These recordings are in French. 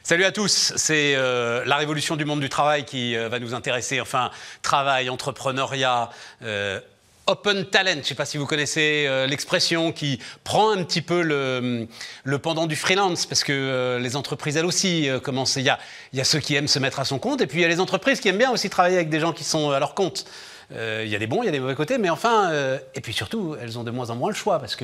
Salut à tous, c'est la révolution du monde du travail qui va nous intéresser. Enfin, travail, entrepreneuriat, open talent. Je ne sais pas si vous connaissez l'expression qui prend un petit peu le pendant du freelance, parce que les entreprises, elles aussi, commencent. Il y a ceux qui aiment se mettre à son compte, et puis il y a les entreprises qui aiment bien aussi travailler avec des gens qui sont à leur compte. Il y a des bons, il y a des mauvais côtés, mais enfin, et puis surtout, elles ont de moins en moins le choix, parce que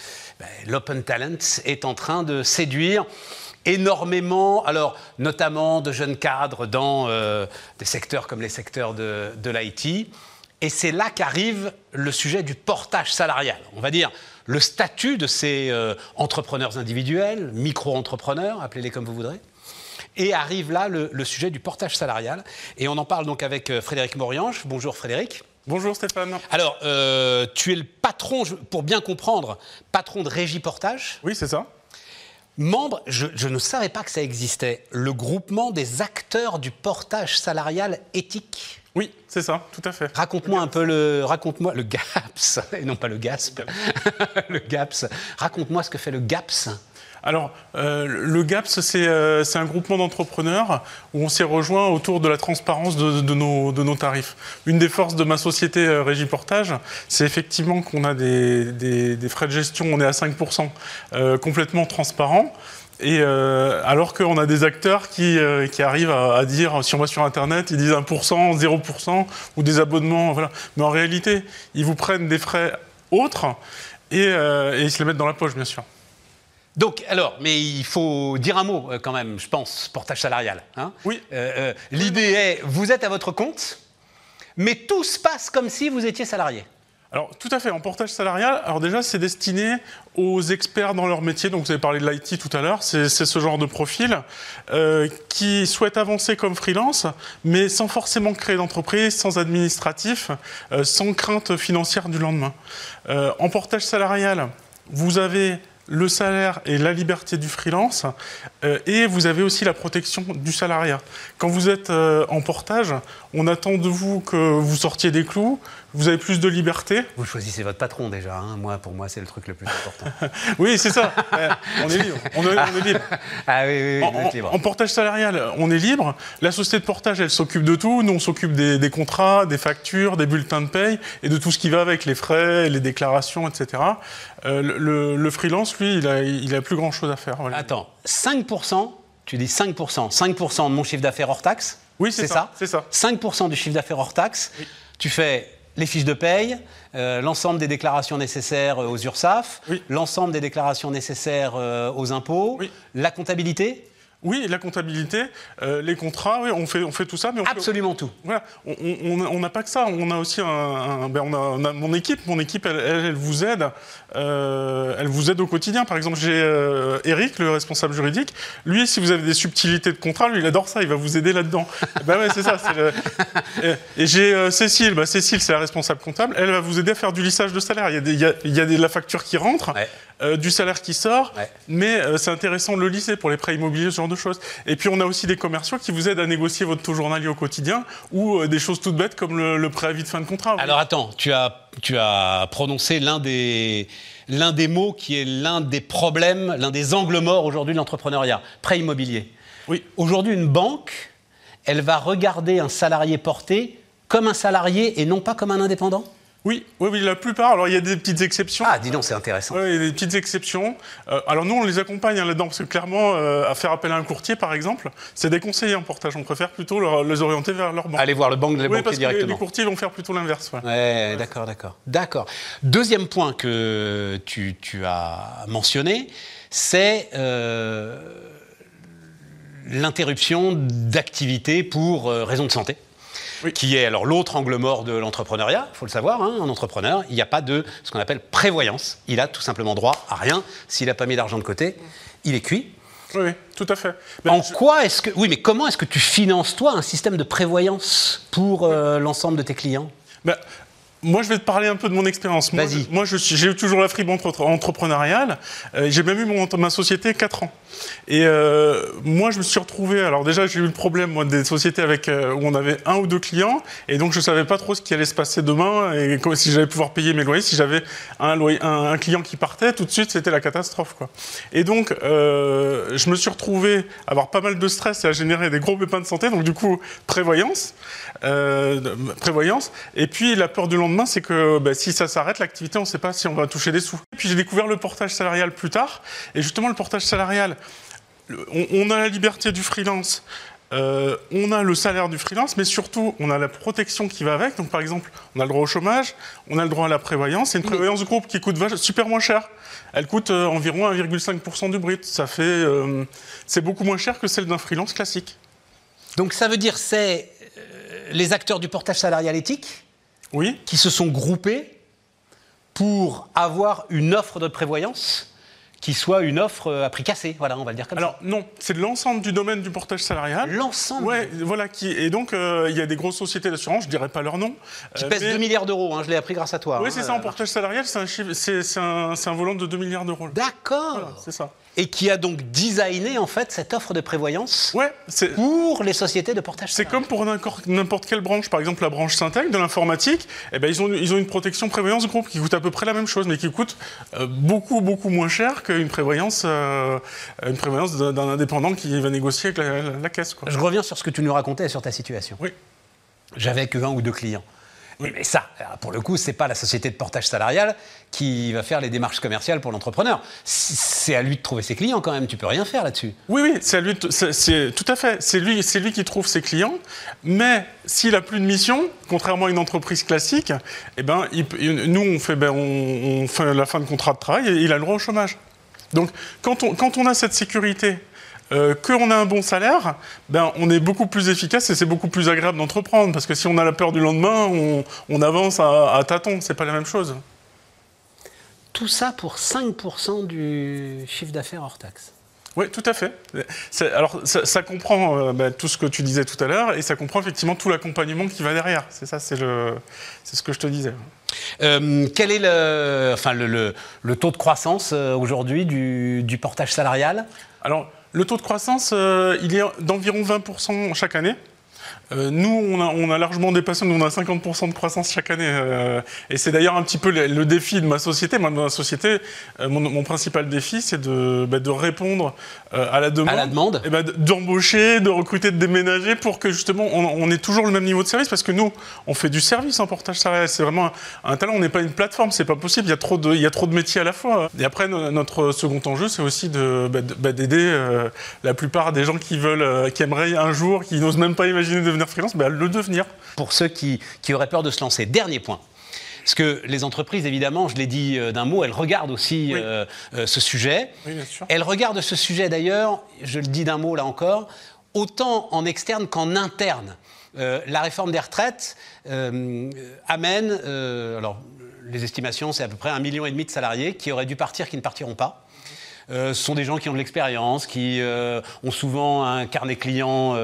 l'open talent est en train de séduire énormément, alors notamment de jeunes cadres dans des secteurs comme les secteurs de l'IT. Et c'est là qu'arrive le sujet du portage salarial. On va dire le statut de ces entrepreneurs individuels, micro-entrepreneurs, appelez-les comme vous voudrez. Et arrive là le sujet du portage salarial. Et on en parle donc avec Frédéric Moriange. Bonjour Frédéric. Bonjour Stéphane. Alors, tu es le patron, pour bien comprendre, patron de Régie Portage. Oui, c'est ça. Membre, je ne savais pas que ça existait, le groupement des acteurs du portage salarial éthique. Oui, c'est ça, tout à fait. Raconte-moi un peu le GAPS, et non pas le GASP, le GAPS. Raconte-moi ce que fait le GAPS. Alors, le GAPS, c'est un groupement d'entrepreneurs où on s'est rejoint autour de la transparence de nos tarifs. Une des forces de ma société Régie Portage, c'est effectivement qu'on a des frais de gestion, on est à 5%, complètement transparents. Et alors qu'on a des acteurs qui arrivent à dire, si on va sur Internet, ils disent 1%, 0%, ou des abonnements, voilà. Mais en réalité, ils vous prennent des frais autres et ils se les mettent dans la poche, bien sûr. Donc, alors, mais il faut dire un mot quand même, je pense, portage salarial. Hein. Oui. L'idée est, vous êtes à votre compte, mais tout se passe comme si vous étiez salarié. Alors, tout à fait. En portage salarial, alors déjà, c'est destiné aux experts dans leur métier. Donc, vous avez parlé de l'IT tout à l'heure. C'est ce genre de profil qui souhaitent avancer comme freelance, mais sans forcément créer d'entreprise, sans administratif, sans crainte financière du lendemain. En portage salarial, vous avez le salaire et la liberté du freelance, et vous avez aussi la protection du salariat. Quand vous êtes en portage, on attend de vous que vous sortiez des clous, vous avez plus de liberté. Vous choisissez votre patron déjà, hein. Pour moi, c'est le truc le plus important. Oui, c'est ça. On est libre. On est libre. Ah oui, vous êtes libre. En portage salarial, on est libre. La société de portage, elle s'occupe de tout. Nous, on s'occupe des contrats, des factures, des bulletins de paye et de tout ce qui va avec les frais, les déclarations, etc. Le freelance, lui, il a plus grand-chose à faire. Voilà. Attends, 5%, tu dis 5%. 5% de mon chiffre d'affaires hors taxe. Oui, c'est ça. 5% du chiffre d'affaires hors taxe. Oui. Tu fais les fiches de paye, l'ensemble des déclarations nécessaires aux URSSAF, oui. L'ensemble des déclarations nécessaires aux impôts, oui. La comptabilité. Oui, la comptabilité, les contrats, oui, on fait tout ça. Mais absolument tout. Voilà, on n'a pas que ça. On a aussi on a mon équipe. Mon équipe, elle vous aide. Elle vous aide au quotidien. Par exemple, j'ai Eric, le responsable juridique. Lui, si vous avez des subtilités de contrat, lui, il adore ça. Il va vous aider là-dedans. Ben ouais, c'est ça. Et j'ai Cécile. Bah, Cécile, c'est la responsable comptable. Elle va vous aider à faire du lissage de salaire. Il y a de la facture qui rentre. Ouais. Du salaire qui sort, ouais. Mais c'est intéressant de le lisser pour les prêts immobiliers, ce genre de choses. Et puis on a aussi des commerciaux qui vous aident à négocier votre taux journalier au quotidien ou des choses toutes bêtes comme le préavis de fin de contrat. Alors attends, tu as prononcé l'un des mots qui est l'un des problèmes, l'un des angles morts aujourd'hui de l'entrepreneuriat, prêt immobilier. Oui. Aujourd'hui, une banque, elle va regarder un salarié porté comme un salarié et non pas comme un indépendant ? Oui, la plupart. Alors, il y a des petites exceptions. Ah, dis donc, c'est intéressant. Oui, il y a des petites exceptions. Alors, nous, on les accompagne là-dedans, parce que clairement, à faire appel à un courtier, par exemple, c'est des conseillers en portage. On préfère plutôt les orienter vers leur banque. Aller voir le banquier directement. Oui, parce que les courtiers vont faire plutôt l'inverse. Ouais. Ouais, d'accord. Deuxième point que tu as mentionné, c'est l'interruption d'activité pour raison de santé. Oui. Qui est alors l'autre angle mort de l'entrepreneuriat, il faut le savoir, hein, un entrepreneur, il n'y a pas de ce qu'on appelle prévoyance. Il a tout simplement droit à rien. S'il n'a pas mis d'argent de côté, il est cuit. Oui, tout à fait. Mais comment est-ce que tu finances, toi, un système de prévoyance pour l'ensemble de tes clients ? Moi, je vais te parler un peu de mon expérience. Vas-y. Moi, j'ai eu toujours la fibre entrepreneuriale. J'ai même eu ma société 4 ans. Et moi, je me suis retrouvé... Alors déjà, j'ai eu le problème, moi, des sociétés où on avait 1 ou 2 clients. Et donc, je ne savais pas trop ce qui allait se passer demain et si j'allais pouvoir payer mes loyers. Si j'avais un client qui partait, tout de suite, c'était la catastrophe, quoi. Et donc, je me suis retrouvé à avoir pas mal de stress et à générer des gros pépins de santé. Donc, du coup, prévoyance. Et puis, la peur du lendemain, c'est que si ça s'arrête, l'activité, on ne sait pas si on va toucher des sous. Et puis j'ai découvert le portage salarial plus tard. Et justement, le portage salarial, on a la liberté du freelance, on a le salaire du freelance, mais surtout, on a la protection qui va avec. Donc par exemple, on a le droit au chômage, on a le droit à la prévoyance. C'est une prévoyance de groupe qui coûte super moins cher. Elle coûte environ 1,5% du brut. Ça fait, c'est beaucoup moins cher que celle d'un freelance classique. Donc ça veut dire c'est les acteurs du portage salarial éthique qui se sont groupés pour avoir une offre de prévoyance qui soit une offre à prix cassé, voilà, on va le dire comme ça. Alors non, c'est l'ensemble du domaine du portage salarial. L'ensemble. Ouais, voilà. Et donc il y a des grosses sociétés d'assurance, je dirais pas leur nom, qui pèsent 2 milliards d'euros. Je l'ai appris grâce à toi. Oui, c'est ça. En portage salarial, c'est un volant de 2 milliards d'euros. D'accord. Voilà, c'est ça. Et qui a donc designé en fait cette offre de prévoyance pour les sociétés de portage salarial. C'est comme pour n'importe quelle branche. Par exemple, la branche Syntec de l'informatique, ils ont une protection prévoyance groupe qui coûte à peu près la même chose, mais qui coûte beaucoup moins cher qu'une prévoyance d'un indépendant qui va négocier avec la caisse, quoi. Je reviens sur ce que tu nous racontais sur ta situation. Oui. J'avais que 1 ou 2 clients. Oui, mais ça, pour le coup, c'est pas la société de portage salarial qui va faire les démarches commerciales pour l'entrepreneur. C'est à lui de trouver ses clients quand même. Tu peux rien faire là-dessus. Oui, c'est à lui. Tout à fait. C'est lui qui trouve ses clients. Mais s'il a plus de mission, contrairement à une entreprise classique, nous on fait la fin de contrat de travail et il a le droit au chômage. Donc quand on a cette sécurité, qu'on a un bon salaire, on est beaucoup plus efficace et c'est beaucoup plus agréable d'entreprendre. Parce que si on a la peur du lendemain, on avance à tâtons. C'est pas la même chose. Tout ça pour 5% du chiffre d'affaires hors taxe. Oui, tout à fait. Alors, ça comprend tout ce que tu disais tout à l'heure et ça comprend effectivement tout l'accompagnement qui va derrière. C'est ça, c'est ce que je te disais. Quel est le taux de croissance aujourd'hui du portage salarial ? Alors, le taux de croissance, il est d'environ 20% chaque année. Nous, on a largement dépassé, nous on a 50% de croissance chaque année. Et c'est d'ailleurs un petit peu le défi de ma société. Moi, dans ma société, mon principal défi, c'est de répondre à la demande. À la demande. Et d'embaucher, de recruter, de déménager pour que justement on ait toujours le même niveau de service. Parce que nous, on fait du service en portage salarial. C'est vraiment un talent. On n'est pas une plateforme, c'est pas possible. Il y a trop de métiers à la fois. Et après, notre second enjeu, c'est aussi d'aider la plupart des gens qui aimeraient un jour, qui n'osent même pas imaginer devenir freelance, à le devenir. Pour ceux qui auraient peur de se lancer. Dernier point. Parce que les entreprises, évidemment, je l'ai dit d'un mot, elles regardent aussi ce sujet. Oui, bien sûr. Elles regardent ce sujet d'ailleurs, je le dis d'un mot là encore, autant en externe qu'en interne. La réforme des retraites amène, alors les estimations, c'est à peu près 1,5 million de salariés qui auraient dû partir, qui ne partiront pas. Ce sont des gens qui ont de l'expérience, qui ont souvent un carnet client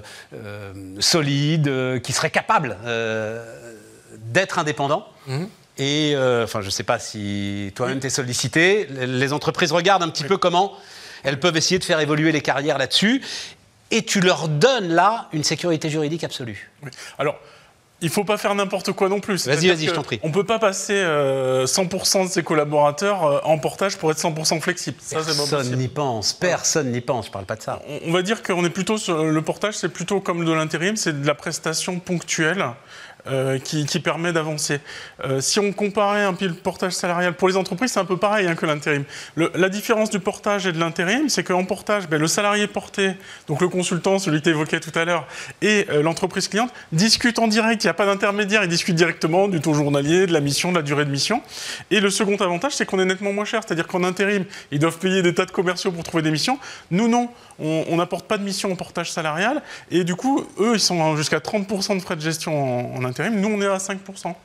solide, qui seraient capables d'être indépendants. Mmh. Et je ne sais pas si toi-même t'es sollicité. Les entreprises regardent un petit peu comment elles peuvent essayer de faire évoluer les carrières là-dessus. Et tu leur donnes là une sécurité juridique absolue. Oui. Alors, il ne faut pas faire n'importe quoi non plus. Vas-y, je t'en prie. On ne peut pas passer 100% de ses collaborateurs en portage pour être 100% flexible. Personne n'y pense. Personne n'y pense. Je ne parle pas de ça. On va dire qu'on est plutôt sur le portage, c'est plutôt comme de l'intérim, c'est de la prestation ponctuelle. Qui permet d'avancer. Si on comparait un peu le portage salarial, pour les entreprises, c'est un peu pareil que l'intérim. La différence du portage et de l'intérim, c'est qu'en portage, le salarié porté, donc le consultant, celui que tu évoquais tout à l'heure, et l'entreprise cliente, discutent en direct, il n'y a pas d'intermédiaire, ils discutent directement du taux journalier, de la mission, de la durée de mission. Et le second avantage, c'est qu'on est nettement moins cher, c'est-à-dire qu'en intérim, ils doivent payer des tas de commerciaux pour trouver des missions. Nous, non. On n'apporte pas de mission en portage salarial, et du coup, eux, ils sont jusqu'à 30% de frais de gestion en intérim. Nous, on est à 5%.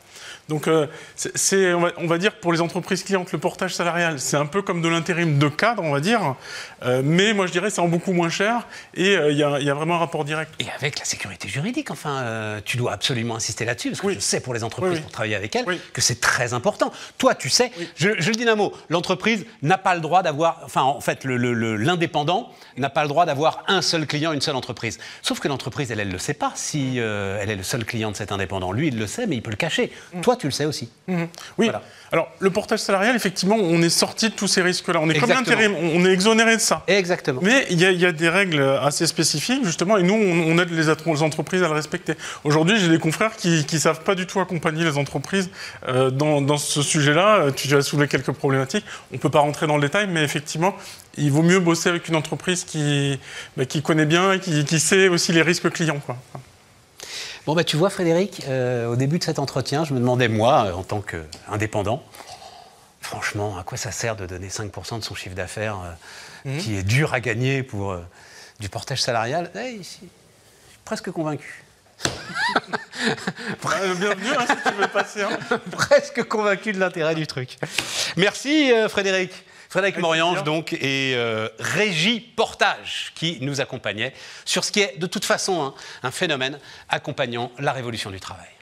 Donc, on va dire, pour les entreprises clientes, le portage salarial, c'est un peu comme de l'intérim de cadre, on va dire. Mais moi, je dirais, c'est en beaucoup moins cher et il y a vraiment un rapport direct. Et avec la sécurité juridique, enfin, tu dois absolument insister là-dessus, parce que je sais pour les entreprises, pour travailler avec elles, que c'est très important. Toi, tu sais, je le dis d'un mot, l'entreprise n'a pas le droit d'avoir, enfin, en fait, l'indépendant n'a pas le droit d'avoir un seul client, une seule entreprise. Sauf que l'entreprise, elle ne le sait pas si elle est le seul client de cet indépendant. Lui, il le sait, mais il peut le cacher. Toi, tu le sais aussi. Oui. Voilà. Alors, le portage salarial, effectivement, on est sorti de tous ces risques-là. On est comme l'intérim, on est exonéré de ça. Exactement. Mais il y a des règles assez spécifiques, justement, et nous, on aide les entreprises à le respecter. Aujourd'hui, j'ai des confrères qui ne savent pas du tout accompagner les entreprises dans ce sujet-là. Tu as soulevé quelques problématiques. On ne peut pas rentrer dans le détail, mais effectivement, il vaut mieux bosser avec une entreprise qui connaît bien et qui sait aussi les risques clients, quoi. Bon, tu vois, Frédéric, au début de cet entretien, je me demandais, moi, en tant qu'indépendant, franchement, à quoi ça sert de donner 5% de son chiffre d'affaires qui est dur à gagner pour du portage salarial? Je suis presque convaincu. Bienvenue, si tu veux passer. Presque convaincu de l'intérêt du truc. Merci, Frédéric. Frédéric Moriange, donc, et Régie Portage, qui nous accompagnait sur ce qui est, de toute façon, un phénomène accompagnant la révolution du travail.